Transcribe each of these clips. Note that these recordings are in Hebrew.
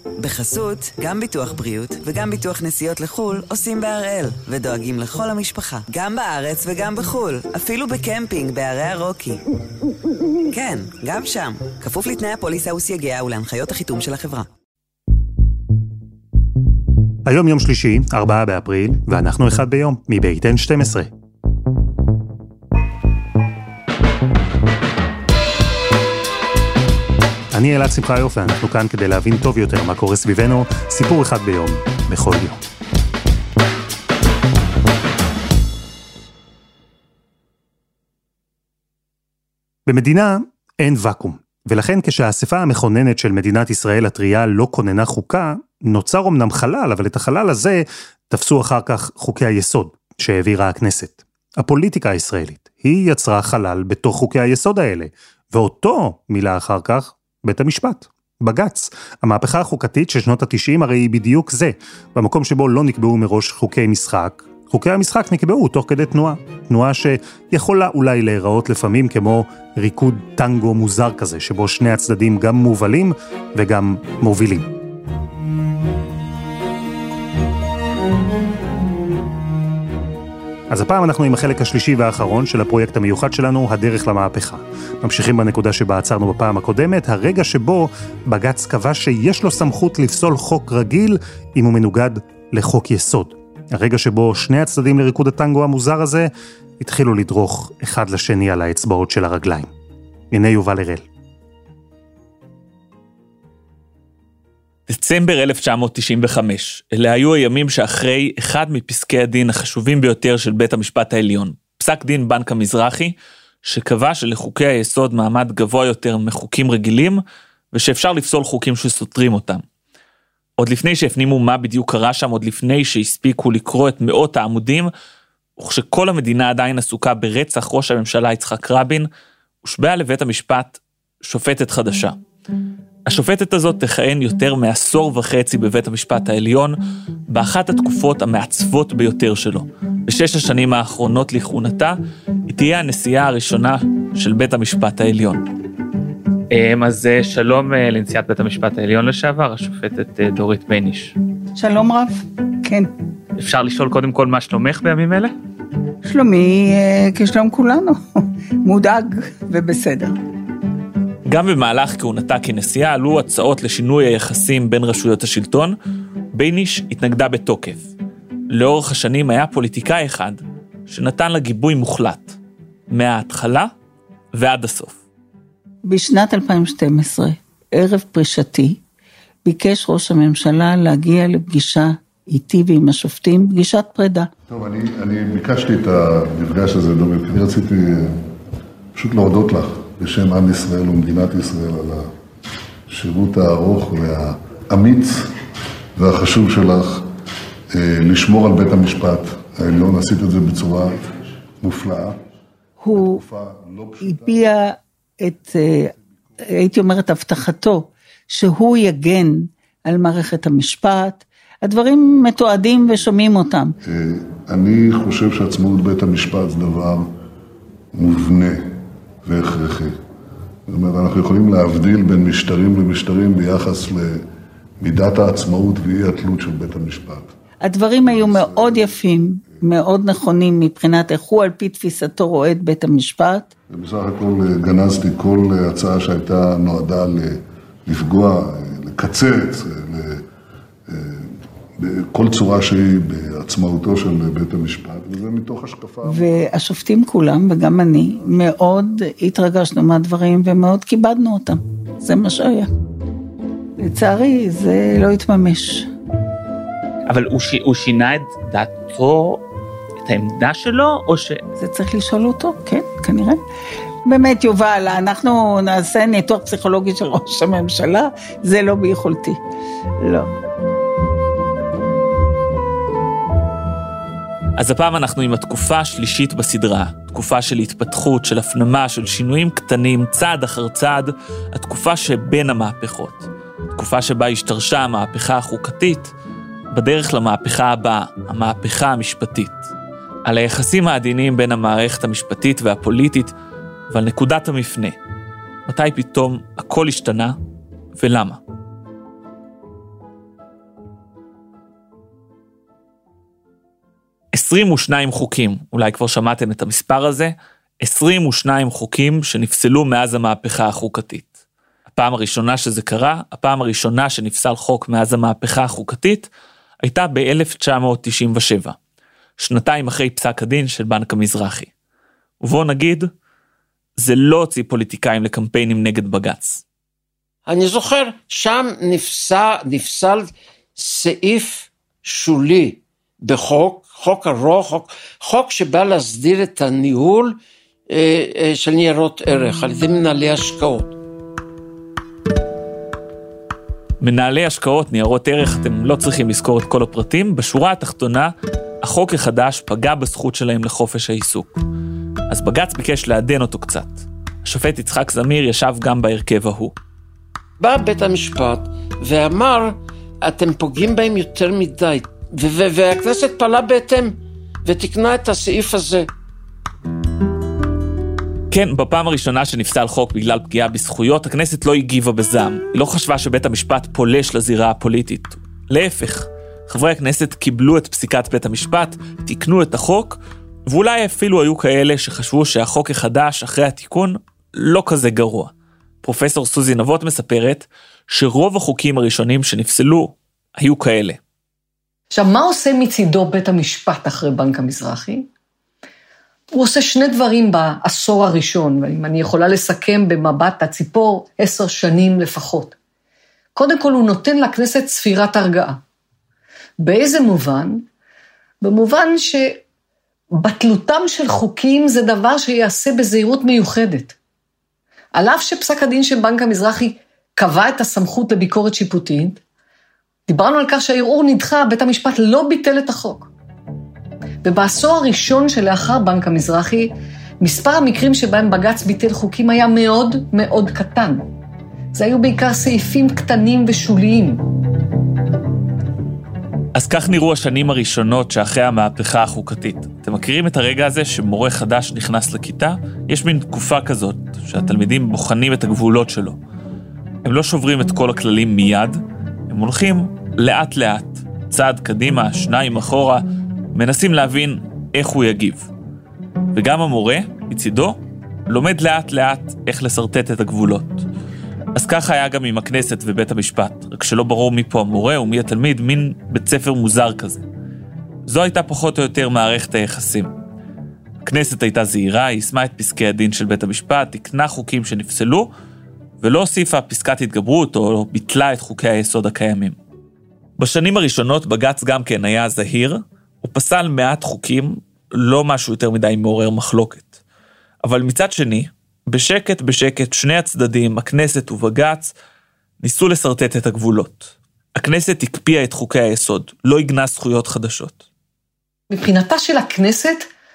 בחסות, גם ביטוח בריאות וגם ביטוח נסיעות לחול עושים בהראל, ודואגים לכל המשפחה, גם בארץ וגם בחול, אפילו בקמפינג בערי הרוקי. כן, גם שם, כפוף לתנאי הפוליסה וסייגיה ולהנחיות החיתום של החברה. היום יום שלישי, 4 באפריל, ואנחנו אחד ביום, מבית N12. אני אלעד שמחיוף, ואנחנו כאן כדי להבין טוב יותר מה קורה סביבנו, סיפור אחד ביום, בכל יום. במדינה אין וקום, ולכן כשהאספה המכוננת של מדינת ישראל הטריה לא כוננה חוקה, נוצר אמנם חלל, אבל את החלל הזה תפסו אחר כך חוקי היסוד שהעבירה הכנסת. הפוליטיקה הישראלית, היא יצרה חלל בתוך חוקי היסוד האלה, ואותו מילה אחר כך בית המשפט, בגץ. המהפכה החוקתית של שנות ה-90 הרי היא בדיוק זה, במקום שבו לא נקבעו מראש חוקי משחק. חוקי המשחק נקבעו תוך כדי תנועה שיכולה אולי להיראות לפעמים כמו ריקוד טנגו מוזר כזה, שבו שני הצדדים גם מובלים וגם מובילים. אז הפעם אנחנו עם החלק השלישי והאחרון של הפרויקט המיוחד שלנו, הדרך למהפכה. ממשיכים בנקודה שבה עצרנו בפעם הקודמת, הרגע שבו בגץ קבע שיש לו סמכות לפסול חוק רגיל אם הוא מנוגד לחוק יסוד. הרגע שבו שני הצדדים לריקוד הטנגו המוזר הזה התחילו לדרוך אחד לשני על האצבעות של הרגליים. הנה יובל הראל. דצמבר 1995, אלה היו הימים שאחרי אחד מפסקי הדין החשובים ביותר של בית המשפט העליון, פסק דין בנק המזרחי, שקבע שלחוקי היסוד מעמד גבוה יותר מחוקים רגילים, ושאפשר לפסול חוקים שסותרים אותם. עוד לפני שהפנימו מה בדיוק קרה שם, עוד לפני שהספיקו לקרוא את מאות העמודים, וכשכל המדינה עדיין עסוקה ברצח ראש הממשלה יצחק רבין, הושבעה לבית המשפט שופטת חדשה. השופטת הזאת תכהן יותר מעשור וחצי בבית המשפט העליון, באחת התקופות המעצבות ביותר שלו. בשש השנים האחרונות לכהונתה, היא תהיה הנשיאה הראשונה של בית המשפט העליון. אז שלום לנשיאת בית המשפט העליון לשעבר, השופטת דורית בייניש. שלום רב, כן. אפשר לשאול קודם כל מה שלומך בימים אלה? שלומי כשלום כולנו, מודאג ובסדר. גם במהלך כהונתה כנשיאה עלו הצעות לשינוי היחסים בין רשויות השלטון, בייניש התנגדה בתוקף. לאורך השנים היה פוליטיקאי אחד שנתן לה גיבוי מוחלט, מההתחלה ועד הסוף. בשנת 2012, ערב פרישתי, ביקש ראש הממשלה להגיע לפגישה איתי ועם השופטים, פגישת פרידה. טוב, אני ביקשתי את המפגש הזה, דורית, אני רציתי פשוט להודות לך בשם עם ישראל ומדינת ישראל על השירות הארוך והאמיץ והחשוב שלך לשמור על בית המשפט העליון, עשית את זה בצורה מופלאה. הוא הביע את, הייתי אומרת, הבטחתו, שהוא יגן על מערכת המשפט. הדברים מתועדים ושומעים אותם. אני חושב שעצמאות בית המשפט זה דבר מובנה והכרחי. זאת אומרת, אנחנו יכולים להבדיל בין משטרים למשטרים ביחס למידת העצמאות ואי התלות של בית המשפט. הדברים היו מאוד יפים, מאוד נכונים מבחינת איך הוא על פי תפיסתו רואה את בית המשפט. בסך הכל גנזתי כל הצעה שהייתה נועדה לפגוע, לקצץ, בכל צורה שהיא בעצמאותו של בית המשפט, וזה מתוך השקפה. והשופטים כולם, וגם אני, מאוד התרגשנו מהדברים ומאוד כיבדנו אותם. זה מה שהיה. לצערי, זה לא התממש. אבל הוא שינה את דעתו, את העמדה שלו, או ש... זה צריך לשאול אותו, כן, כנראה. באמת, יובל, אנחנו נעשה ניתוח פסיכולוגי של ראש הממשלה, זה לא ביכולתי. לא. אז הפעם אנחנו עם התקופה השלישית בסדרה, תקופה של התפתחות, של הפנמה, של שינויים קטנים, צעד אחר צעד, התקופה שבין המהפכות, תקופה שבה השתרשה המהפכה החוקתית, בדרך למהפכה הבאה, המהפכה המשפטית, על היחסים העדינים בין המערכת המשפטית והפוליטית, ועל נקודת המפנה, מתי פתאום הכל השתנה ולמה. 22 חוקים, אולי כבר שמעתם את המספר הזה, 22 חוקים שנפסלו מאז המהפכה החוקתית. הפעם הראשונה שזה קרה, הפעם הראשונה שנפסל חוק מאז המהפכה החוקתית, הייתה ב-1997, שנתיים אחרי פסק הדין של בנק המזרחי. ובואו נגיד, זה לא הוציא פוליטיקאים לקמפיינים נגד בג"ץ. אני זוכר, שם נפסל סעיף שולי בחוק, חוק ארוך, חוק שבא להסדיר את הניהול של ניירות ערך על ידי מנהלי השקעות. מנהלי השקעות, ניירות ערך, אתם לא צריכים לזכור את כל הפרטים. בשורה התחתונה, החוק החדש פגע בזכות שלהם לחופש העיסוק. אז בג"ץ ביקש לעדן אותו קצת. השופט יצחק זמיר ישב גם בהרכב ההוא. בא בית המשפט ואמר, אתם פוגעים בהם יותר מדי, והכנסת פעלה בהתאם ותקנה את הסעיף הזה. כן, בפעם הראשונה שנפסל חוק בגלל פגיעה בזכויות, הכנסת לא הגיבה בזעם. היא לא חשבה שבית המשפט פולש לזירה הפוליטית. להפך, חברי הכנסת קיבלו את פסיקת בית המשפט, תיקנו את החוק, ואולי אפילו היו כאלה שחשבו שהחוק החדש אחרי התיקון לא כזה גרוע. פרופסור סוזי נבות מספרת שרוב החוקים הראשונים שנפסלו היו כאלה. עכשיו, מה עושה מצידו בית המשפט אחרי בנק המזרחי? הוא עושה שני דברים בעשור הראשון, ואם אני יכולה לסכם במבט הציפור 10 שנים לפחות. קודם כל הוא נותן לכנסת ספירת הרגעה. באיזה מובן? במובן שבטלותם של חוקים זה דבר שיעשה בזהירות מיוחדת. על אף שפסק הדין של בנק המזרחי קבע את הסמכות לביקורת שיפוטית, דיברנו על כך שהערעור נדחה, בית המשפט לא ביטל את החוק. ובעשור הראשון שלאחר בנק המזרחי, מספר המקרים שבהם בג"ץ ביטל חוקים היה מאוד מאוד קטן. זה היו בעיקר סעיפים קטנים ושוליים. אז כך נראו השנים הראשונות שאחרי המהפכה החוקתית. אתם מכירים את הרגע הזה שמורה חדש נכנס לכיתה? יש מין תקופה כזאת שהתלמידים בוחנים את הגבולות שלו. הם לא שוברים את כל הכללים מיד, הם הולכים לאט לאט, צעד קדימה, 2 אחורה, מנסים להבין איך הוא יגיב. וגם המורה, מצידו, לומד לאט לאט איך לסרטט את הגבולות. אז ככה היה גם עם הכנסת ובית המשפט, רק שלא ברור מי פה המורה ומי התלמיד, מין בית ספר מוזר כזה. זו הייתה פחות או יותר מערכת היחסים. הכנסת הייתה זהירה, היא יישמה את פסקי הדין של בית המשפט, תקנה חוקים שנפסלו, ולא הוסיפה פסקת התגברות או ביטלה את חוקי היסוד הקיימים. בשנים הראשונות בג"ץ גם כן היה זהיר, הוא פסל מעט חוקים, לא משהו יותר מדי מעורר מחלוקת. אבל מצד שני, בשקט, שני הצדדים, הכנסת ובג"ץ, ניסו לסרטט את הגבולות. הכנסת הקפיאה את חוקי היסוד, לא הגנה זכויות חדשות. מבחינתה של הכנסת,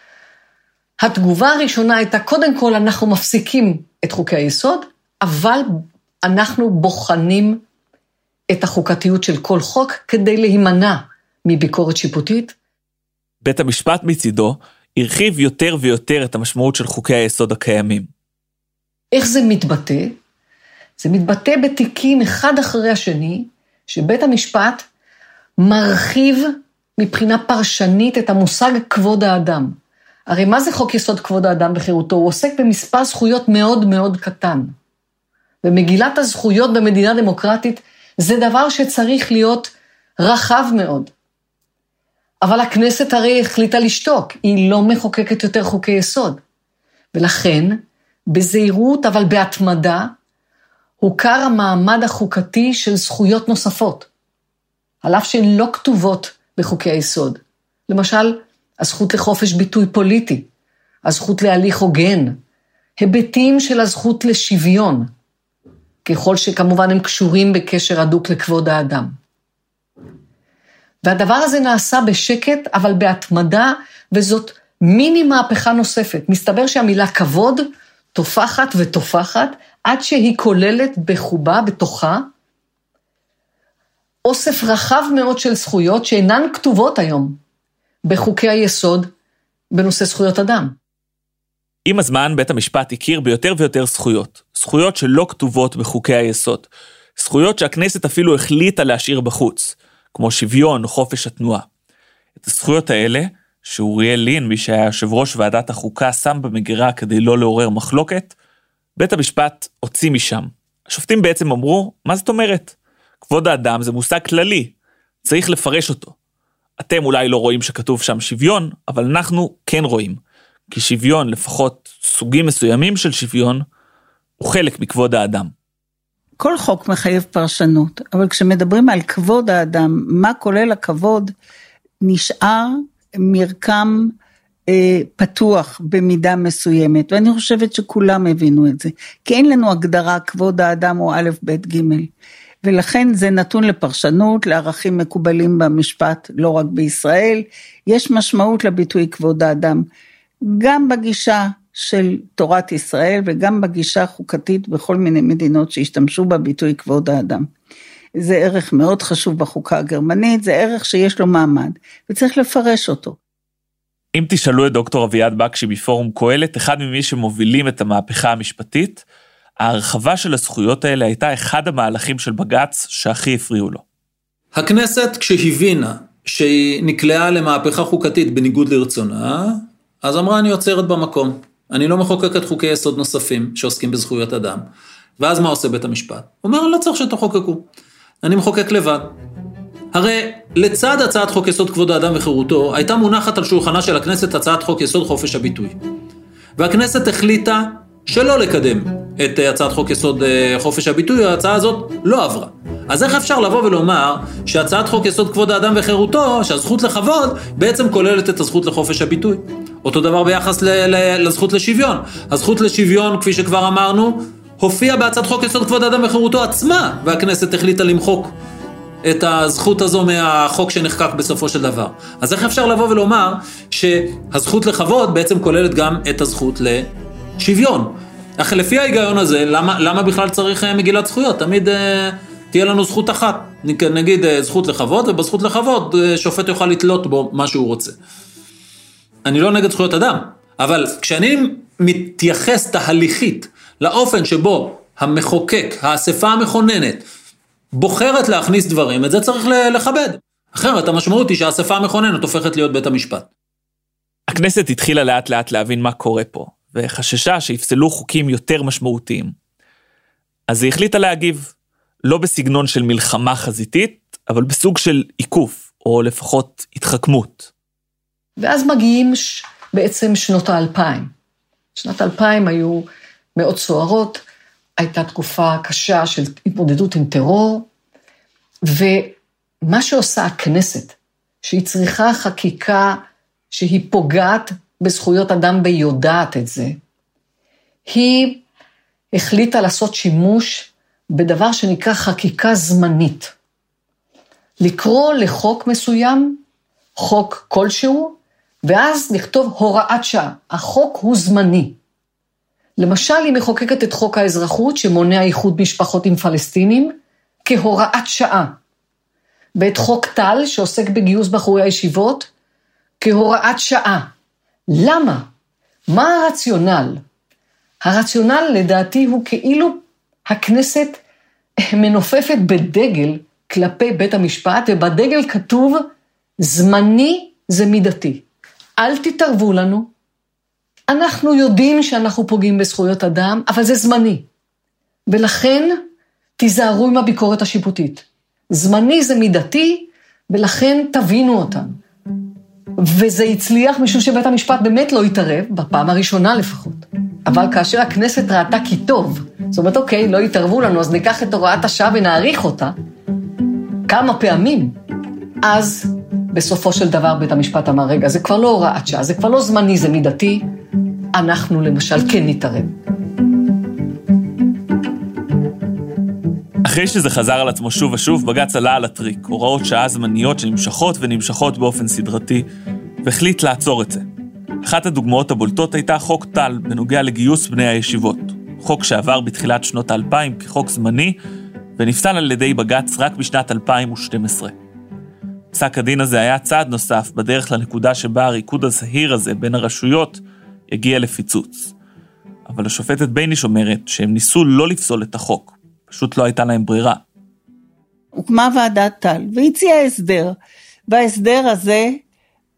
התגובה הראשונה הייתה, קודם כל אנחנו מפסיקים את חוקי היסוד, אבל אנחנו בוחנים את החוקתיות של כל חוק, כדי להימנע מביקורת שיפוטית. בית המשפט מצידו הרחיב יותר ויותר את המשמעות של חוקי היסוד הקיימים. איך זה מתבטא? זה מתבטא בתיקים אחד אחרי השני, שבית המשפט מרחיב מבחינה פרשנית את המושג כבוד האדם. הרי מה זה חוק יסוד כבוד האדם וחירותו? הוא עוסק במספר זכויות מאוד מאוד קטן. ומגילת הזכויות במדינה דמוקרטית זה דבר שצריך להיות רחב מאוד. אבל הכנסת הרי החליטה לשתוק, היא לא מחוקקת יותר חוקי יסוד. ולכן, בזהירות אבל בהתמדה, הוכר המעמד החוקתי של זכויות נוספות, על אף שהן לא כתובות בחוקי היסוד. למשל, הזכות לחופש ביטוי פוליטי, הזכות להליך הוגן, היבטים של הזכות לשוויון, ככל שכמובן הם קשורים בקשר הדוק לכבוד האדם. והדבר הזה נעשה בשקט, אבל בהתמדה, וזאת מיני מהפכה נוספת. מסתבר שהמילה כבוד תופחת ותופחת, עד שהיא כוללת בחובה, בתוכה, אוסף רחב מאוד של זכויות שאינן כתובות היום בחוקי היסוד בנושא זכויות אדם. עם הזמן בית המשפט הכיר ביותר ויותר זכויות, זכויות שלא כתובות בחוקי היסוד, זכויות שהכנסת אפילו החליטה להשאיר בחוץ, כמו שוויון או חופש התנועה. את הזכויות האלה, שאוריאל לין, מי שהיה יושב ראש ועדת החוקה, שם במגירה כדי לא לעורר מחלוקת, בית המשפט הוציא משם. השופטים בעצם אמרו, מה זאת אומרת? כבוד האדם זה מושג כללי, צריך לפרש אותו. אתם אולי לא רואים שכתוב שם שוויון, אבל אנחנו כן רואים. כי שוויון, לפחות סוגים מסוימים של שוויון, הוא חלק מכבוד האדם. כל חוק מחייב פרשנות, אבל כשמדברים על כבוד האדם, מה כולל הכבוד, נשאר מרקם פתוח במידה מסוימת, ואני חושבת שכולם הבינו את זה, כי אין לנו הגדרה כבוד האדם או א' ב' ג', ולכן זה נתון לפרשנות, לערכים מקובלים במשפט, לא רק בישראל, יש משמעות לביטוי כבוד האדם, גם בגישה של תורת ישראל, וגם בגישה חוקתית בכל מיני מדינות שהשתמשו בביטוי כבוד האדם. זה ערך מאוד חשוב בחוקה הגרמנית, זה ערך שיש לו מעמד, וצריך לפרש אותו. אם תשאלו את דוקטור אביעד בקשי בפורום קהלת, אחד ממי שמובילים את המהפכה המשפטית, ההרחבה של הזכויות האלה הייתה אחד המהלכים של בג"ץ שהכי הפריעו לו. הכנסת כשהבינה שהיא נקלעה למהפכה חוקתית בניגוד לרצונה, אז אמרה אני יוצרת במקום. אני לא מחוקקת חוקי יסוד נוספים שעוסקים בזכויות אדם. ואז מה עושה בית המשפט? הוא אומר, לא צריך שתחוקקו. אני מחוקק לבד. הרי לצד הצעת חוק יסוד כבוד האדם וחירותו, הייתה מונחת על שולחנה של הכנסת הצעת חוק יסוד חופש הביטוי. והכנסת החליטה שלא לקדם את הצעת חוק יסוד חופש הביטוי, ההצעה הזאת לא עברה. אז איך אפשר לבוא ולומר שהצעת חוק יסוד כבוד האדם וחירותו, שהזכות לכבוד, בעצם כוללת את הזכות לחופש הביטוי? אותו דבר ביחס לזכות לשוויון. הזכות לשוויון, כפי שכבר אמרנו, הופיע בהצעת חוק יסוד כבוד האדם וחירותו עצמה, והכנסת החליטה למחוק את הזכות הזו מהחוק שנחקק בסופו של דבר. אז איך אפשר לבוא ולומר שהזכות לכבוד בעצם כוללת גם את הזכות לשוויון? אך לפי ההיגיון הזה, למה בכלל צריך מגילת זכויות? תמיד תהיה לנו זכות אחת, נגיד זכות לכבוד, ובזכות לכבוד שופט יוכל לתלות בו מה שהוא רוצה. אני לא נגד זכויות אדם, אבל כשאני מתייחס תהליכית לאופן שבו המחוקק, האספה המכוננת, בוחרת להכניס דברים, את זה צריך לכבד. אחרת המשמעות היא שהאספה המכוננת הופכת להיות בית המשפט. הכנסת התחילה לאט לאט להבין מה קורה פה, וחששה שיפסלו חוקים יותר משמעותיים. אז היא החליטה להגיב, לא בסגנון של מלחמה חזיתית, אבל בסוג של עיקוף, או לפחות התחכמות. ואז מגיעים בעצם שנות ה-2000. שנות ה-2000 היו מאוד סוערות, הייתה תקופה קשה של התמודדות עם טרור, ומה שעושה הכנסת, שהיא צריכה חקיקה שהיא פוגעת בזכויות אדם ויודעת את זה, היא החליטה לעשות שימוש בדבר שנקרא חקיקה זמנית. לקרוא לחוק מסוים, חוק כלשהו, ואז לכתוב הוראת שעה. החוק הוא זמני. למשל, היא מחוקקת את חוק האזרחות, שמונע איחוד משפחות עם פלסטינים, כהוראת שעה. ואת חוק טל, שעוסק בגיוס בחורי הישיבות, כהוראת שעה. למה? מה הרציונל? הרציונל לדעתי הוא כאילו הכנסת מנופפת בדגל כלפי בית המשפט, ובדגל כתוב, זמני זה מידתי. אל תתערבו לנו, אנחנו יודעים שאנחנו פוגעים בזכויות אדם, אבל זה זמני. ולכן תיזהרו עם הביקורת השיפוטית. זמני זה מידתי, ולכן תבינו אותם. וזה הצליח משום שבית המשפט באמת לא יתערב, בפעם הראשונה לפחות. אבל כאשר הכנסת ראתה כי טוב, זאת אומרת, אוקיי, לא יתערבו לנו, אז ניקח את הוראת השעה ונעריך אותה כמה פעמים. אז בסופו של דבר בית המשפט אמר, רגע, זה כבר לא הוראת שעה, זה כבר לא זמני, זה מידתי, אנחנו למשל כן נתערב. אחרי שזה חזר על עצמו שוב ושוב, בג"ץ עלה על הטריק, הוראות שעה זמניות שנמשכות ונמשכות באופן סדרתי, והחליט לעצור את זה. אחת הדוגמאות הבולטות הייתה חוק טל, בנוגע לגיוס בני הישיבות. חוק שעבר בתחילת שנות ה-2000 כחוק זמני, ונפסל על ידי בג"ץ רק בשנת 2012. פסק הדין הזה היה צעד נוסף בדרך לנקודה שבה הריקוד הזהיר הזה בין הרשויות יגיע לפיצוץ. אבל השופטת בייניש אומרת שהם ניסו לא לפסול את החוק, פשוט לא הייתה להם ברירה. הוקמה ועדת טל והציעה הסדר, וההסדר הזה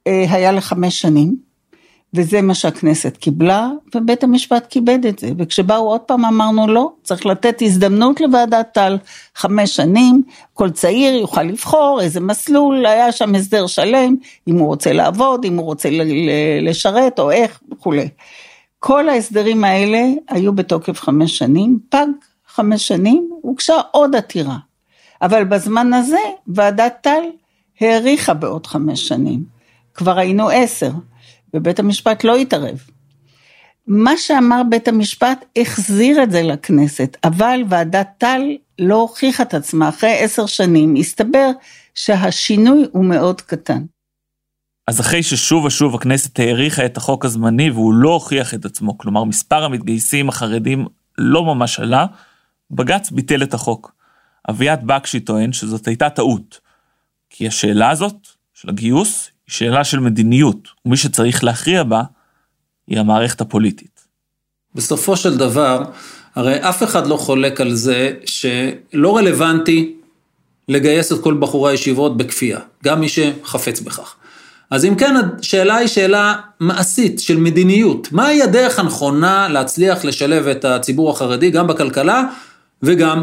היה ל5 שנים, וזה מה שהכנסת קיבלה, ובית המשפט כיבד את זה, וכשבאו עוד פעם אמרנו לא, צריך לתת הזדמנות לוועדת טל, 5 שנים, כל צעיר יוכל לבחור איזה מסלול, היה שם הסדר שלם, אם הוא רוצה לעבוד, אם הוא רוצה לשרת, או איך, וכולי. כל ההסדרים האלה היו בתוקף 5 שנים, פג 5 שנים, הוגשה עוד עתירה, אבל בזמן הזה, ועדת טל העריכה בעוד 5 שנים, כבר היינו 10, ובית המשפט לא התערב. מה שאמר בית המשפט החזיר את זה לכנסת, אבל ועדת טל לא הוכיחה את עצמה. אחרי 10 שנים הסתבר שהשינוי הוא מאוד קטן. אז אחרי ששוב ושוב הכנסת העריכה את החוק הזמני והוא לא הוכיח את עצמו, כלומר מספר המתגייסים החרדים לא ממש עלה, בג"ץ ביטל את החוק. אביעד בקשי טוען שזאת הייתה טעות, כי השאלה הזאת של הגיוס היא שאלה של מדיניות, ומי שצריך להכריע בה היא המערכת הפוליטית. בסופו של דבר, הרי אף אחד לא חולק על זה שלא רלוונטי לגייס את כל בחורי הישיבות בכפייה, גם מי שחפץ בכך. אז אם כן, השאלה היא שאלה מעשית של מדיניות. מהי הדרך הנכונה להצליח לשלב את הציבור החרדי גם בכלכלה וגם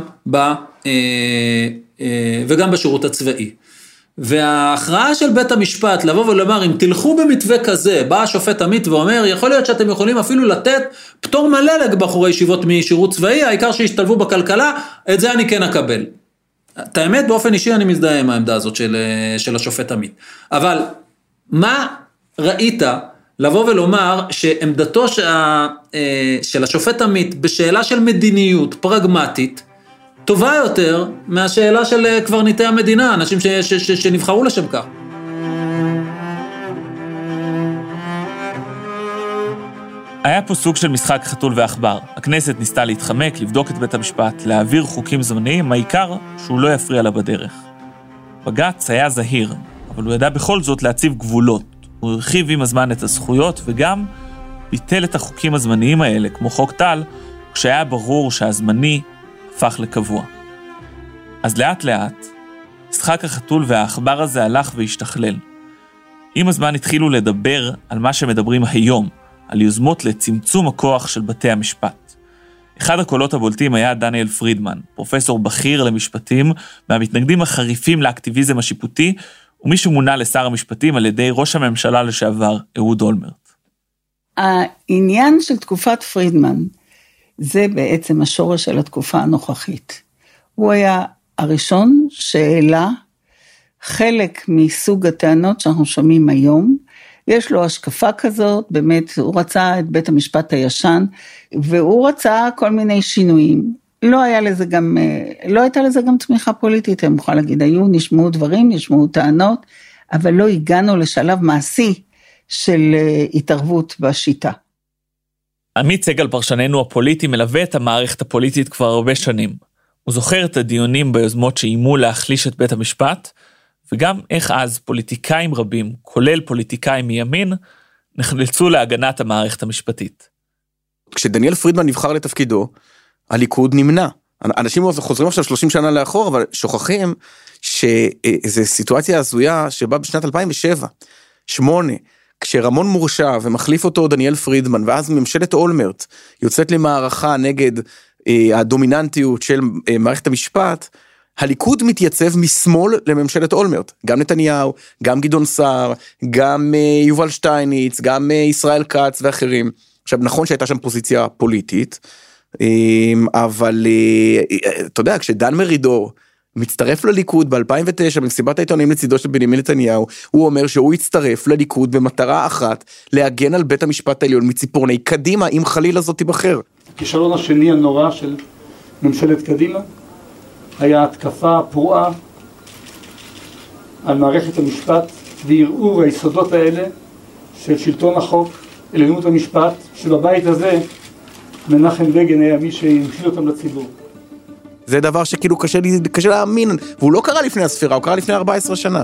בשירות הצבאי? וההכרעה של בית המשפט לבוא ולומר, אם תלכו במתווה כזה, בא השופט עמית ואומר, יכול להיות שאתם יכולים אפילו לתת פטור מלא לבחורי ישיבות משירות צבאי, העיקר שישתלבו בכלכלה, את זה אני כן אקבל. את האמת, באופן אישי אני מזדהה עם העמדה הזאת של השופט עמית. אבל מה ראית לבוא ולומר שעמדתו של השופט עמית בשאלה של מדיניות פרגמטית, טובה יותר מהשאלה של קברניטי המדינה, אנשים שנבחרו לשם כך. היה פה סוג של משחק חתול ועכבר. הכנסת ניסתה להתחמק, לבדוק את בית המשפט, להעביר חוקים זמניים, העיקר שהוא לא יפריע לה בדרך. בג"ץ היה זהיר, אבל הוא ידע בכל זאת להציב גבולות. הוא הרחיב עם הזמן את הזכויות וגם ביטל את החוקים הזמניים האלה, כמו חוק טל, כשהיה ברור שהזמני הפך לקבוע. אז לאט לאט, משחק החתול והעכבר הזה הלך והשתכלל. עם הזמן התחילו לדבר על מה שמדברים היום, על יוזמות לצמצום הכוח של בתי המשפט. אחד הקולות הבולטים היה דניאל פרידמן, פרופסור בכיר למשפטים, מהמתנגדים החריפים לאקטיביזם השיפוטי, ומי שמונה לשר המשפטים על ידי ראש הממשלה לשעבר, אהוד אולמרט. העניין של תקופת פרידמן, זה בעצם השורש של התקופה הנוכחית. הוא היה הראשון שהעלה חלק מסוג הטענות שאנחנו שומעים היום, יש לו השקפה כזאת, באמת הוא רצה את בית המשפט הישן, והוא רצה כל מיני שינויים, לא הייתה לזה גם תמיכה פוליטית, אני מוכרחה להגיד, נשמעו דברים, נשמעו טענות, אבל לא הגענו לשלב מעשי של התערבות בשיטה. עמית סגל פרשננו הפוליטי מלווה את המערכת הפוליטית כבר הרבה שנים. הוא זוכר את הדיונים ביוזמות שאיימו להחליש את בית המשפט, וגם איך אז פוליטיקאים רבים, כולל פוליטיקאים מימין, נחלצו להגנת המערכת המשפטית. כשדניאל פרידמן נבחר לתפקידו, הליכוד נמנע. אנשים חוזרים עכשיו 30 שנה לאחור, אבל שוכחים שזו סיטואציה הזויה שבה בשנת 2007-2008, כשרמון מורשע ומחליף אותו דניאל פרידמן, ואז ממשלת אולמרט יוצאת למערכה נגד הדומיננטיות של מערכת המשפט, הליכוד מתייצב משמאל לממשלת אולמרט, גם נתניהו, גם גדעון סער, גם יובל שטייניץ, גם ישראל כץ ואחרים. עכשיו נכון שהייתה שם פוזיציה פוליטית, אבל אתה יודע, כשדן מרידור מצטרף לליכוד ב-2009 במסיבת העיתונאים לצידו של בנימין נתניהו, הוא אומר שהוא יצטרף לליכוד במטרה אחת, להגן על בית המשפט העליון מציפורני קדימה, אם חלילה זאת תיבחר. הכישלון השני הנורא של ממשלת קדימה היה התקפה פרועה על מערכת המשפט וערעור היסודות האלה של שלטון החוק, עליונות המשפט, שבבית הזה מנחם בגין היה מי שהנחיל אותם לציבור. זה דבר שכאילו קשה להאמין, והוא לא קרה לפני הספירה, הוא קרה לפני 14 שנה.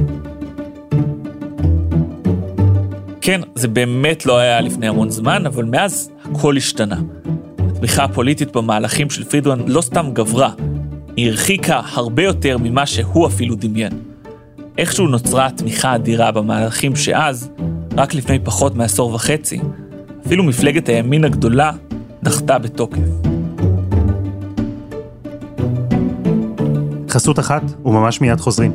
כן, זה באמת לא היה לפני המון זמן, אבל מאז הכל השתנה. התמיכה הפוליטית במהלכים של פרידמן לא סתם גברה, היא הרחיקה הרבה יותר ממה שהוא אפילו דמיין. איכשהו נוצרה תמיכה אדירה במהלכים שאז, רק לפני פחות מעשור וחצי, אפילו מפלגת הימין הגדולה דחתה בתוקף. חסות אחת וממש מיד חוזרים.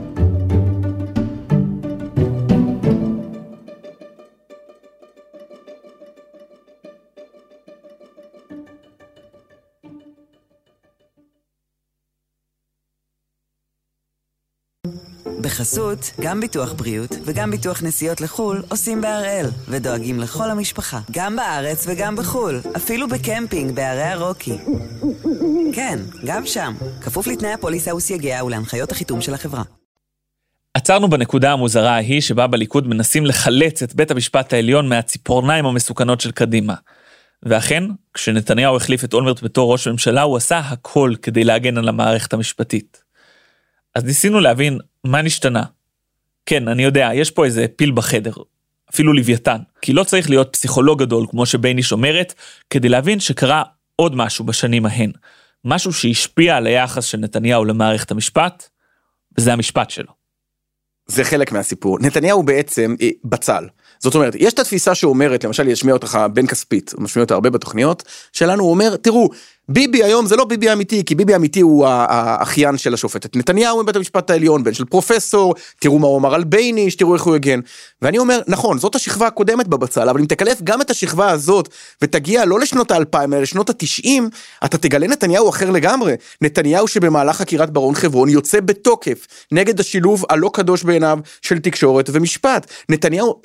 בחסות, גם ביטוח בריאות וגם ביטוח נסיעות לחול עושים בהראל ודואגים לכל המשפחה, גם בארץ וגם בחול, אפילו בקמפינג בערי הרוקי. כן, גם שם, כפוף לתנאי הפוליסה וסייגיה ולהנחיות החיתום של החברה. עצרנו בנקודה המוזרה ההיא שבה בליכוד מנסים לחלץ את בית המשפט העליון מהציפורניים המסוכנות של קדימה. ואכן, כשנתניהו החליף את אולמרט בתור ראש ממשלה, הוא עשה הכל כדי להגן על המערכת המשפטית. אז ניסינו להבין מה נשתנה. כן, אני יודע, יש פה איזה פיל בחדר, אפילו לוויתן, כי לא צריך להיות פסיכולוג גדול, כמו שבייניש אומרת, כדי להבין שקרה עוד משהו בשנים ההן, משהו שהשפיע על היחס של נתניהו למערכת המשפט, וזה המשפט שלו. זה חלק מהסיפור. נתניהו בעצם בצל. זאת אומרת, יש את התפיסה שאומרת, למשל, ישמיע אותך בן כספית, הוא משמיע אותה הרבה בתוכניות, שלנו הוא אומר, תראו, ביבי היום זה לא ביבי אמיתי, כי ביבי אמיתי הוא האחיין של השופטת נתניהו מבית המשפט העליון, בן של פרופסור, תראו מה הוא אמר על בייניש, תראו איך הוא הגן. ואני אומר, נכון, זאת השכבה הקודמת בבצל, אבל אם תקלף גם את השכבה הזאת, ותגיע לא לשנות ה-2000, אלא לשנות ה-90, אתה תגלה נתניהו אחר לגמרי. נתניהו שבמהלך חקירת ברון חברון יוצא בתוקף, נגד השילוב הלא קדוש בעיניו של תקשורת ומשפט. נתניהו,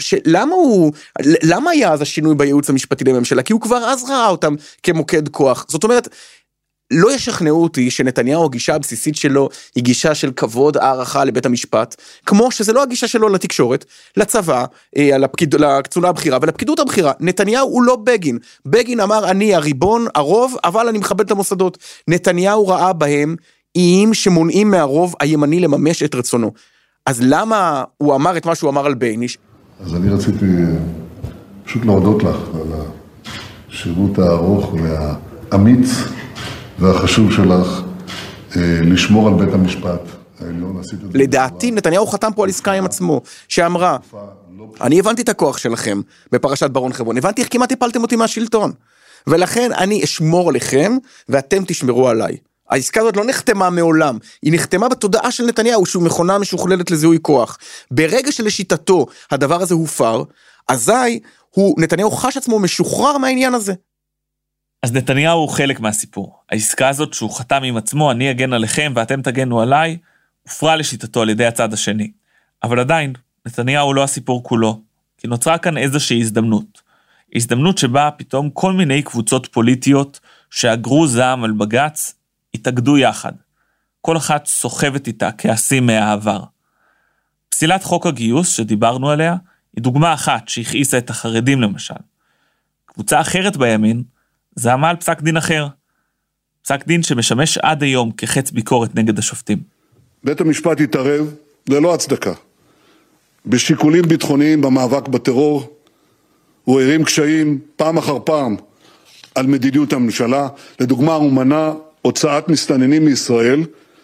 למה היה אז השינוי בייעוץ המשפטי לממשלה? כי הוא כבר אז ראה אותם כמוקד כוח. זאת אומרת, לא ישכנעו אותי שנתניהו הגישה הבסיסית שלו היא גישה של כבוד, הערכה לבית המשפט, כמו שזה לא הגישה שלו לתקשורת, לצבא, לקצונה הבחירה ולפקידות הבחירה. נתניהו הוא לא בגין. בגין אמר אני הריבון, הרוב, אבל אני מכבד את המוסדות. נתניהו ראה בהם איים שמונעים מהרוב הימני לממש את רצונו. אז למה הוא אמר את מה שהוא אמר על בייניש? אז אני רציתי פשוט להודות לך על השירות הארוך והאמיץ והחשוב שלך לשמור על בית המשפט העליון. לדעתי נתניהו חתם פה על עסקה עם עצמו, שאמרה, אני הבנתי את הכוח שלכם בפרשת ברון חברון, הבנתי איך כמעט הפלתם אותי מהשלטון, ולכן אני אשמור עליכם ואתם תשמרו עליי. העסקה הזאת לא נחתמה מעולם, היא נחתמה בתודעה של נתניהו שהוא מכונה משוכללת לזיהוי כוח. ברגע שלשיטתו הדבר הזה הופר, אזי נתניהו חש עצמו משוחרר מהעניין הזה. אז נתניהו הוא חלק מהסיפור. העסקה הזאת שהוא חתם עם עצמו, אני אגן עליכם ואתם תגנו עליי, הופרה לשיטתו על ידי הצד השני. אבל עדיין, נתניהו הוא לא הסיפור כולו, כי נוצרה כאן איזושהי הזדמנות. הזדמנות שבה פתאום כל מיני קבוצות פוליטיות שאגרו זעם על בגץ, התאגדו יחד. כל אחת סוחבת איתה כעסים מהעבר. פסילת חוק הגיוס שדיברנו עליה, היא דוגמה אחת שהכעיסה את החרדים למשל. קבוצה אחרת בימין, זעמה על פסק דין אחר. פסק דין שמשמש עד היום כחץ ביקורת נגד השופטים. בית המשפט התערב ללא הצדקה. בשיקולים ביטחוניים במאבק בטרור, הוא הרים קשיים פעם אחר פעם על מדיניות הממשלה. לדוגמה, הוא מנע הוצאת מסתננים מישראל,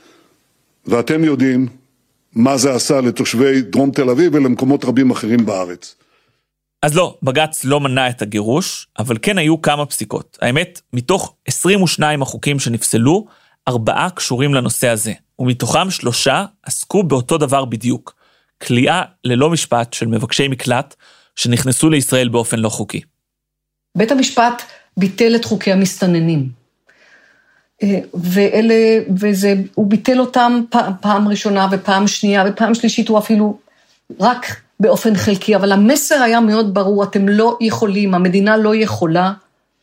ואתם יודעים מה זה עשה לתושבי דרום תל אביב ולמקומות רבים אחרים בארץ. אז לא, בג"ץ לא מנע את הגירוש, אבל כן היו כמה פסיקות. האמת, מתוך 22 החוקים שנפסלו, 4 קשורים לנושא הזה, ומתוכם 3 עסקו באותו דבר בדיוק, כליאה ללא משפט של מבקשי מקלט שנכנסו לישראל באופן לא חוקי. בית המשפט ביטל את חוקי המסתננים, הוא ביטל אותם פעם ראשונה ופעם שנייה ופעם שלישית, הוא אפילו רק באופן חלקי, אבל המסר היה מאוד ברור, אתם לא יכולים, המדינה לא יכולה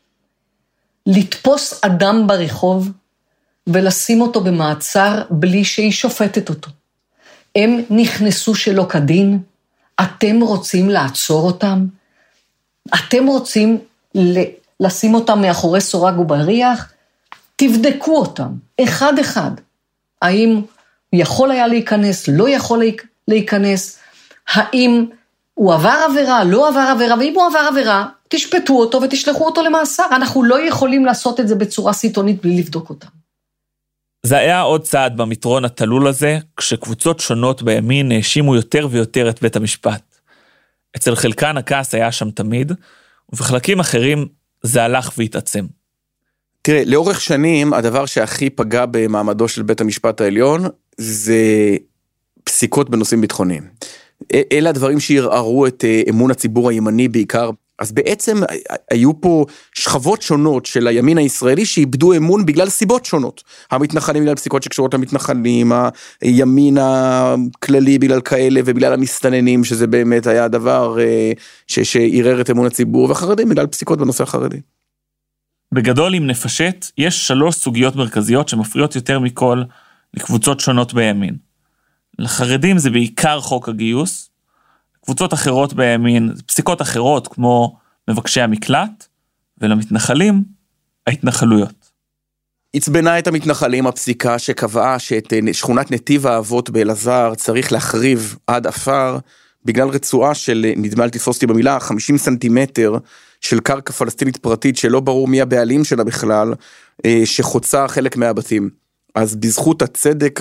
לתפוס אדם ברחוב ולשים אותו במעצר בלי שהיא שופטת אותו. הם נכנסו שלא כדין, אתם רוצים לעצור אותם, אתם רוצים לשים אותם מאחורי סורג ובריח, תבדקו אותם, אחד אחד, האם יכול היה להיכנס, לא יכול להיכנס, האם הוא עבר עבירה, לא עבר עבירה, ואם הוא עבר עבירה, תשפטו אותו ותשלחו אותו למאסר. אנחנו לא יכולים לעשות את זה בצורה סיטונית בלי לבדוק אותם. זה היה עוד צעד במטרון התלול הזה, כשקבוצות שונות בימין האשימו יותר ויותר את בית המשפט. אצל חלקן הכעס היה שם תמיד, ובחלקים אחרים זה הלך והתעצם. תראה, לאורך שנים הדבר שהכי פגע במעמדו של בית המשפט העליון, זה פסיקות בנושאים ביטחוניים. אלה הדברים שערערו את אמון הציבור הימני בעיקר. אז בעצם היו פה שכבות שונות של הימין הישראלי שאיבדו אמון בגלל סיבות שונות. המתנחלים בגלל פסיקות שקשורות למתנחלים, הימין הכללי בגלל כאלה ובגלל המסתננים, שזה באמת היה הדבר שערער את אמון הציבור, והחרדים בגלל פסיקות בנושא החרדי. בגדול, אם נפשט, יש 3 סוגיות מרכזיות שמפריעות יותר מכל לקבוצות שונות בימין. לחרדים זה בעיקר חוק הגיוס, קבוצות אחרות בימין, פסיקות אחרות כמו מבקשי המקלט, ולמתנחלים, ההתנחלויות. הצבנה את המתנחלים הפסיקה שקבעה שאת שכונת נתיב האבות באלעזר צריך להחריב עד אפר, בגלל רצועה של, נדמה לי תפוס אותי במילה, 50 סנטימטר של קרקע פלסטינית פרטית, שלא ברור מי הבעלים שלה בכלל, שחוצה חלק מהבתים. אז בזכות הצדק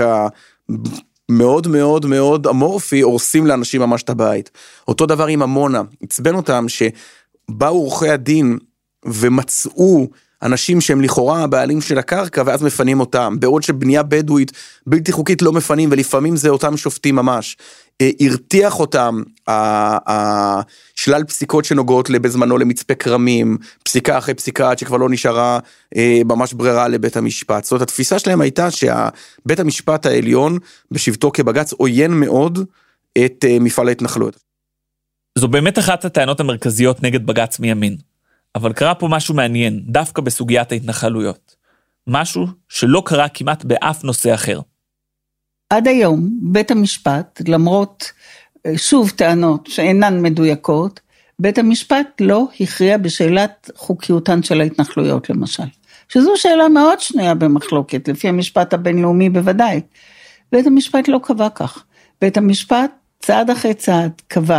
מאוד מאוד מאוד אמורפי, הורסים לאנשים ממש את הבית. אותו דבר עם עמונה, הצבן אותם שבאו עורכי הדין ומצאו אנשים שהם לכאורה הבעלים של הקרקע, ואז מפנים אותם, בעוד שבנייה בדואית בלתי חוקית לא מפנים, ולפעמים זה אותם שופטים ממש. הרתיח אותם שלל פסיקות שנוגעות בזמנו למצפה כרמים, פסיקה אחרי פסיקה עד שכבר לא נשארה ממש ברירה לבית המשפט. זאת אומרת, התפיסה שלהם הייתה שבית המשפט העליון בשבתו כבג"ץ עוין מאוד את מפעל ההתנחלויות. זו באמת אחת הטענות המרכזיות נגד בג"ץ מימין. אבל קרה פה משהו מעניין, דווקא בסוגיית ההתנחלויות. משהו שלא קרה כמעט באף נושא אחר. עד היום, בית המשפט, למרות שוב טענות שאינן מדויקות, בית המשפט לא הכריע בשאלת חוקיותן של ההתנחלויות למשל. שזו שאלה מאוד שנויה במחלוקת, לפי המשפט הבינלאומי בוודאי. בית המשפט לא קבע כך. בית המשפט צעד אחרי צעד קבע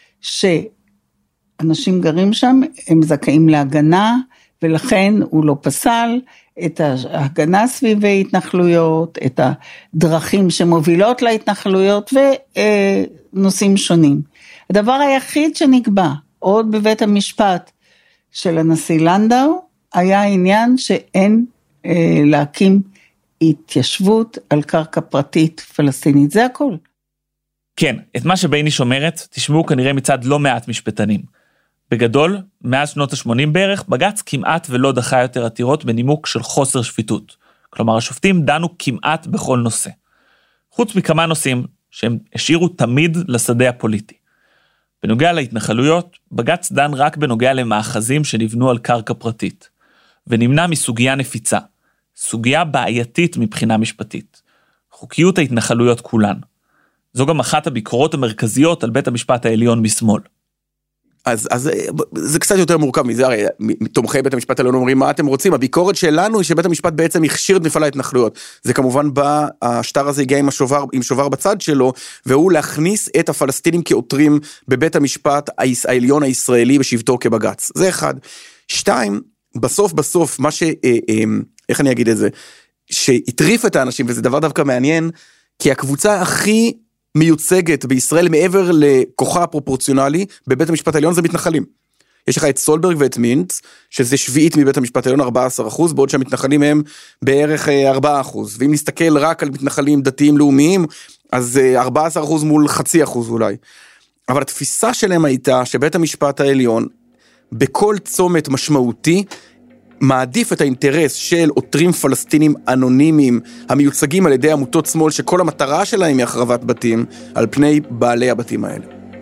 שאנשים גרים שם, הם זכאים להגנה, ולכן הוא לא פסל את ההגנה סביב ההתנחלויות, את הדרכים שמובילות להתנחלויות ונושאים שונים. הדבר היחיד שנקבע עוד בבית המשפט של הנשיא לנדאו, היה העניין שאין להקים התיישבות על קרקע פרטית פלסטינית, זה הכל. כן, את מה שבייניש אומרת, תשמעו כנראה מצד לא מעט משפטנים. בגדול, מאז שנות ה-80 בערך, בג"ץ כמעט ולא דחה יותר עתירות בנימוק של חוסר שפיטות. כלומר, השופטים דנו כמעט בכל נושא. חוץ מכמה נושאים שהם השאירו תמיד לשדה הפוליטי. בנוגע להתנחלויות, בג"ץ דן רק בנוגע למאחזים שנבנו על קרקע פרטית, ונמנע מסוגיה נפיצה, סוגיה בעייתית מבחינה משפטית. חוקיות ההתנחלויות כולן. זו גם אחת הביקורות המרכזיות על בית המשפט העליון משמאל. אז זה קצת יותר מורכב מזה, הרי תומכי בית המשפט העליון אומרים מה אתם רוצים, הביקורת שלנו היא שבית המשפט בעצם הכשיר את מפעל ההתנחלויות, זה כמובן בא, השטר הזה הגיע עם שובר בצד שלו, והוא להכניס את הפלסטינים כעותרים בבית המשפט העליון הישראלי בשבתו כבג"ץ, זה אחד. 2, בסוף, מה איך אני אגיד את זה, שהטריף את האנשים, וזה דבר דווקא מעניין, כי הקבוצה הכי מיוצגת בישראל מעבר לכוחה הפרופורציונלי בבית המשפט העליון זה מתנחלים. יש לך את סולברג ואת מינץ, שזה שביעית מבית המשפט העליון 14%, בעוד שהמתנחלים הם בערך 4%. ואם נסתכל רק על מתנחלים דתיים לאומיים, אז 14% מול 0.5% אולי. אבל התפיסה שלהם הייתה שבית המשפט העליון, בכל צומת משמעותי, מעדיף את האינטרס של עותרים פלסטינים אנונימיים, המיוצגים על ידי עמותות שמאל, שכל המטרה שלהם היא החרבת בתים, על פני בעלי הבתים האלה.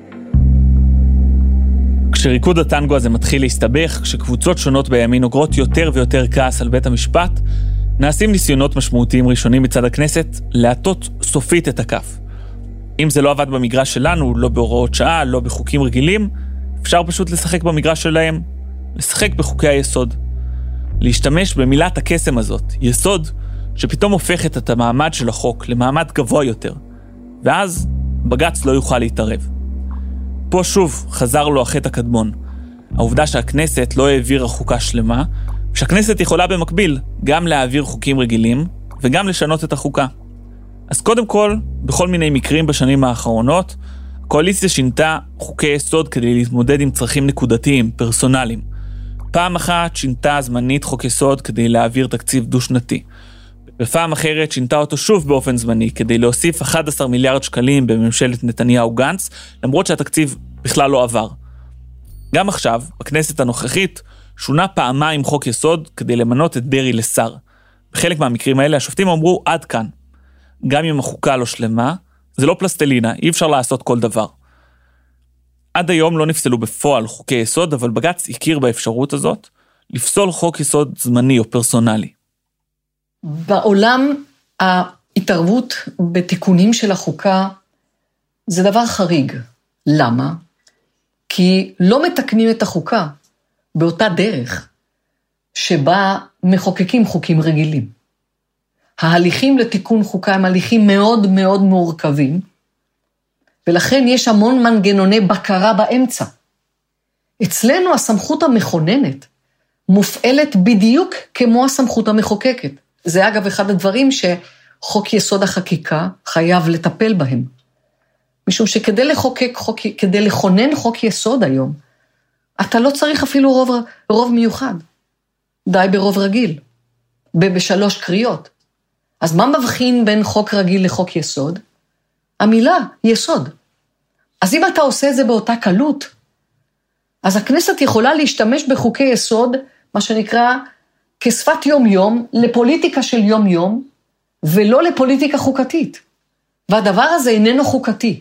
כשריקוד הטנגו הזה מתחיל להסתבך, כשקבוצות שונות בימין נוגרות יותר ויותר כעס על בית המשפט, נעשים ניסיונות משמעותיים ראשונים מצד הכנסת להטות סופית את הכף. אם זה לא עבד במגרש שלנו, לא בהוראות שעה, לא בחוקים רגילים, אפשר פשוט לשחק במגרש שלהם, לשחק בחוקי היסוד. להשתמש במילת הקסם הזאת, יסוד, שפתאום הופכת את המעמד של החוק למעמד גבוה יותר, ואז בג"ץ לא יוכל להתערב. פה שוב חזר לו החטא הקדמון, העובדה שהכנסת לא העבירה חוקה שלמה, שהכנסת יכולה במקביל גם להעביר חוקים רגילים, וגם לשנות את החוקה. אז קודם כל, בכל מיני מקרים בשנים האחרונות, הקואליציה שינתה חוקי יסוד כדי להתמודד עם צרכים נקודתיים, פרסונליים. פעם אחת שינתה זמנית חוק יסוד כדי להעביר תקציב דו-שנתי. בפעם אחרת שינתה אותו שוב באופן זמני כדי להוסיף 11 מיליארד שקלים בממשלת נתניהו-גנץ, למרות שהתקציב בכלל לא עבר. גם עכשיו, בכנסת הנוכחית, שונה פעמיים חוק יסוד כדי למנות את דרעי לשר. בחלק מהמקרים האלה השופטים אמרו עד כאן. גם אם החוקה לא שלמה, זה לא פלסטלינה, אי אפשר לעשות כל דבר. עד היום לא נפסלו בפועל חוקי יסוד, אבל בג"ץ הכיר באפשרות הזאת לפסול חוק יסוד זמני או פרסונלי. בעולם ההתערבות בתיקונים של החוקה זה דבר חריג. למה? כי לא מתקנים את החוקה באותה דרך שבה מחוקקים חוקים רגילים. ההליכים לתיקון חוקה הם הליכים מאוד מאוד מורכבים, ולכן יש המון מנגנוני בקרה באמצע. אצלנו הסמכות המכוננת מופעלת בדיוק כמו הסמכות המחוקקת. זה אגב אחד הדברים שחוק יסוד החקיקה חייב לטפל בהם. משום שכדי כדי לכונן חוק יסוד היום, אתה לא צריך אפילו רוב מיוחד. די ברוב רגיל, בשלוש קריאות. אז מה מבחין בין חוק רגיל לחוק יסוד? המילה יסוד. אז אם אתה עושה את זה באותה קלות, אז הכנסת יכולה להשתמש בחוקי יסוד, מה שנקרא כשפת יום-יום, לפוליטיקה של יום-יום, ולא לפוליטיקה חוקתית. והדבר הזה איננו חוקתי.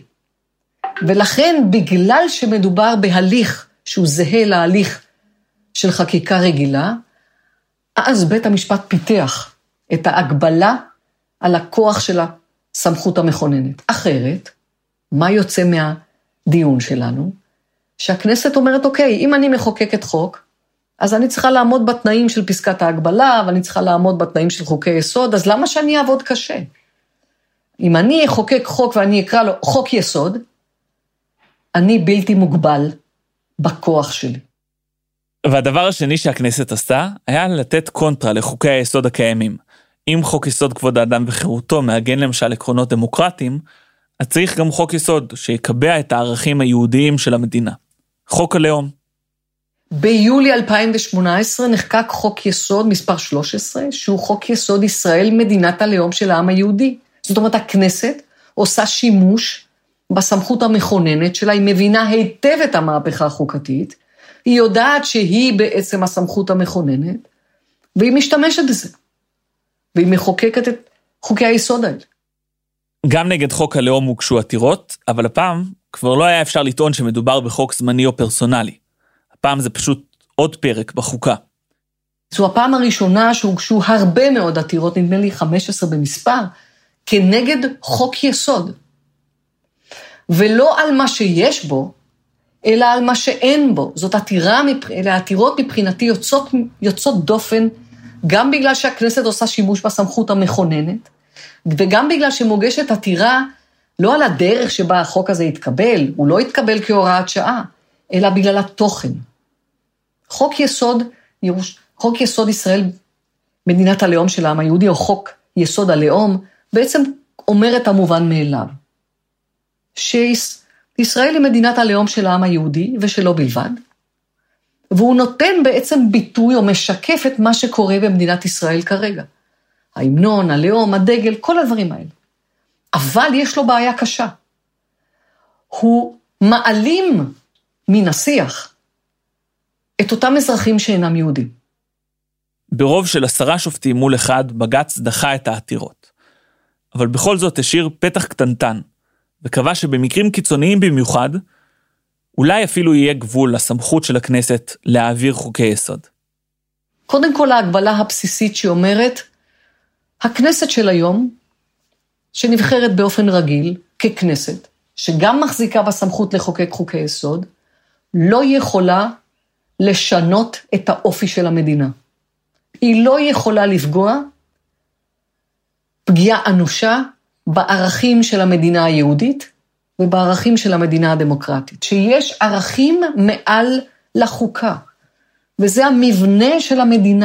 ולכן, בגלל שמדובר בהליך שהוא זהה להליך של חקיקה רגילה, אז בית המשפט פיתח את ההגבלה על הכוח של הסמכות המכוננת. אחרת, מה יוצא מהדיון שלנו? שהכנסת אומרת, אוקיי, אם אני מחוקקת חוק, אז אני צריכה לעמוד בתנאים של פסקת ההגבלה, ואני צריכה לעמוד בתנאים של חוקי יסוד, אז למה שאני אעבוד קשה? אם אני אחוקק חוק ואני אקרא לו חוק יסוד, אני בלתי מוגבל בכוח שלי. והדבר השני שהכנסת עשתה, היה לתת קונטרה לחוקי היסוד הקיימים. אם חוק יסוד כבוד האדם וחירותו מעגן למשל עקרונות דמוקרטיים, אז צריך גם חוק יסוד שיקבע את הערכים היהודיים של המדינה. חוק הלאום. ביולי 2018 נחקק חוק יסוד מספר 13, שהוא חוק יסוד ישראל מדינת הלאום של העם היהודי. זאת אומרת, הכנסת עושה שימוש בסמכות המכוננת שלה, היא מבינה היטב את המהפכה החוקתית, היא יודעת שהיא בעצם הסמכות המכוננת, והיא משתמשת בזה. והיא מחוקקת את חוקי היסוד האלה. גם נגד חוק הלאום הוגשו עתירות, אבל הפעם כבר לא היה אפשר לטעון שמדובר בחוק זמני או פרסונלי. הפעם זה פשוט עוד פרק בחוקה. זו הפעם הראשונה שהוגשו הרבה מאוד עתירות, נדמה לי 15 במספר, כנגד חוק יסוד. ולא על מה שיש בו, אלא על מה שאין בו. זאת אלה העתירות מבחינתי יוצאות דופן, גם בגלל שהכנסת עושה שימוש בסמכות המכוננת, וגם בגלל שמוגשת עתירה, לא על הדרך שבה החוק הזה יתקבל, הוא לא יתקבל כהוראת שעה, אלא בגלל התוכן. חוק יסוד ישראל, מדינת הלאום של העם היהודי, או חוק יסוד הלאום, בעצם אומר את המובן מאליו. שישראל היא מדינת הלאום של העם היהודי, ושלא בלבד, והוא נותן בעצם ביטוי, או משקף את מה שקורה במדינת ישראל כרגע. ההמנון, הלאום, הדגל, כל הדברים האלה. אבל יש לו בעיה קשה. הוא מעלים מן השיח את אותם אזרחים שאינם יהודים. ברוב של 10 שופטים מול 1, בג"ץ דחה את העתירות. אבל בכל זאת השאיר פתח קטנטן, וקבע שבמקרים קיצוניים במיוחד, אולי אפילו יהיה גבול לסמכות של הכנסת להעביר חוקי יסוד. קודם כל ההגבלה הבסיסית שאומרת, הכנסת של היום, שנבחרת באופן רגיל ככנסת, שגם מחזיקה בסמכות לחוקק חוקי יסוד, לא יכולה לשנות את האופי של המדינה. היא לא יכולה לפגוע פגיעה אנושה בערכים של המדינה היהודית ובערכים של המדינה הדמוקרטית. שיש ערכים מעל לחוקה, וזה המבנה של המדינה,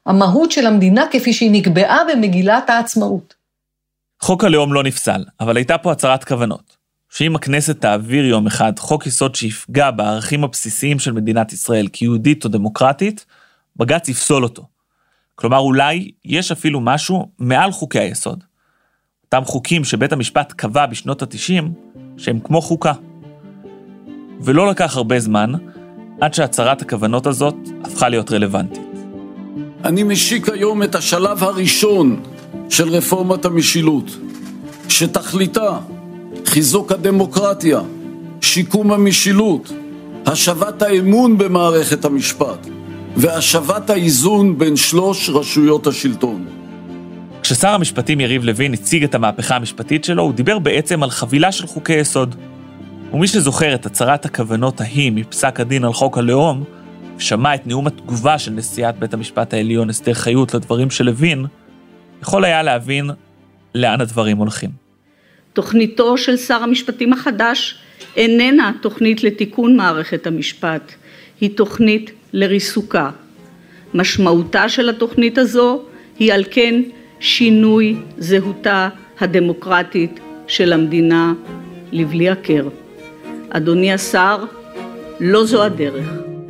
המהות של המדינה כפי שהיא נקבעה במגילת העצמאות. חוק הלאום לא נפסל, אבל הייתה פה הצהרת כוונות, שאם הכנסת תעביר יום אחד חוק יסוד שיפגע בערכים הבסיסיים של מדינת ישראל כיהודית או דמוקרטית, בג"ץ יפסול אותו. כלומר, אולי יש אפילו משהו מעל חוקי היסוד. אותם חוקים שבית המשפט קבע בשנות ה-90, שהם כמו חוקה. ולא לקח הרבה זמן, עד שהצהרת הכוונות הזאת הפכה להיות רלוונטית. אני משיק היום את השלב הראשון של רפורמת המשילות, שתכליתה חיזוק הדמוקרטיה, שיקום המשילות, השבת האמון במערכת המשפט, והשבת האיזון בין שלוש רשויות השלטון. כששר המשפטים יריב לוין הציג את המהפכה המשפטית שלו, הוא דיבר בעצם על חבילה של חוקי יסוד. ומי שזוכר את הצהרת הכוונות ההיא מפסק הדין על חוק הלאום, ושמע את נאום התגובה של נשיאת בית המשפט העליון אסתר חיות לדברים של לוין, יכול היה להבין לאן הדברים הולכים. תוכניתו של שר המשפטים החדש איננה תוכנית לתיקון מערכת המשפט, היא תוכנית לריסוקה. משמעותה של התוכנית הזו היא על כן שינוי זהותה הדמוקרטית של המדינה לבלי הכר. אדוני השר, לא זו הדרך.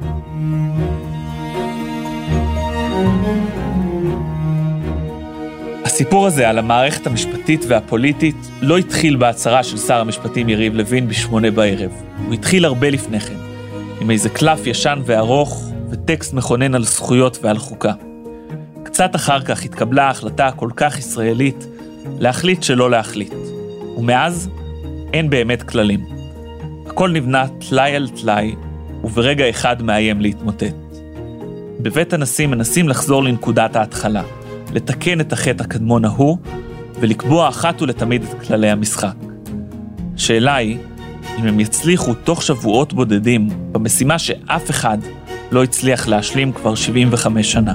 הסיפור הזה על המערכת המשפטית והפוליטית לא התחיל בהצהרה של שר המשפטים יריב לוין ב8 בערב. הוא התחיל הרבה לפני כן, עם איזה קלף ישן וארוך וטקסט מכונן על זכויות ועל חוקה. קצת אחר כך התקבלה ההחלטה הכל כך ישראלית להחליט שלא להחליט. ומאז אין באמת כללים. הכל נבנה תלאי על תלאי, וברגע אחד מאיים להתמוטט. בבית הנשיא מנסים לחזור לנקודת ההתחלה, לתקן את החטא הקדמון ההוא, ולקבוע אחת ולתמיד את כללי המשחק. השאלה היא, אם הם יצליחו תוך שבועות בודדים, במשימה שאף אחד לא הצליח להשלים כבר 75 שנה.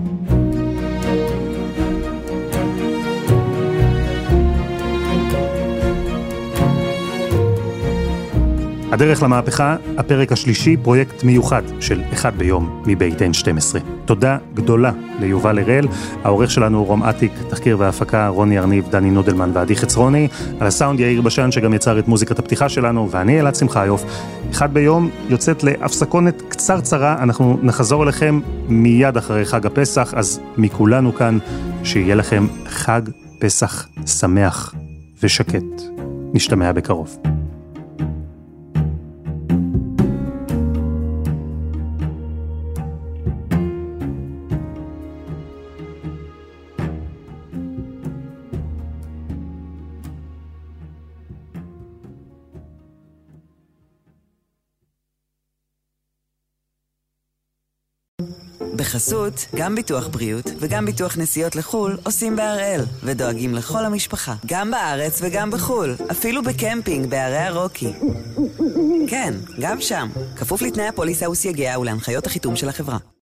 הדרך למהפכה, הפרק השלישי, פרויקט מיוחד של אחד ביום מבית N12. תודה גדולה ליובל הראל, העורך שלנו רום עתיק, תחקיר והפקה רוני ארניב, דני נודלמן ועדי חצרוני, על הסאונד יאיר בשן שגם יצר את מוזיקת הפתיחה שלנו, ואני אלעד שמחיוף. אחד ביום יוצאת להפסקונת קצרצרה, אנחנו נחזור אליכם מיד אחרי חג הפסח, אז מכולנו כאן שיהיה לכם חג פסח שמח ושקט. נשתמע בקרוב. בחסות, גם ביטוח בריאות וגם ביטוח נסיעות לחול עושים בהראל ודואגים לכל המשפחה, גם בארץ וגם בחול, אפילו בקמפינג בערי הרוקי. כן, גם שם, כפוף לתנאי הפוליסה וסייגיה ולהנחיות החיתום של החברה.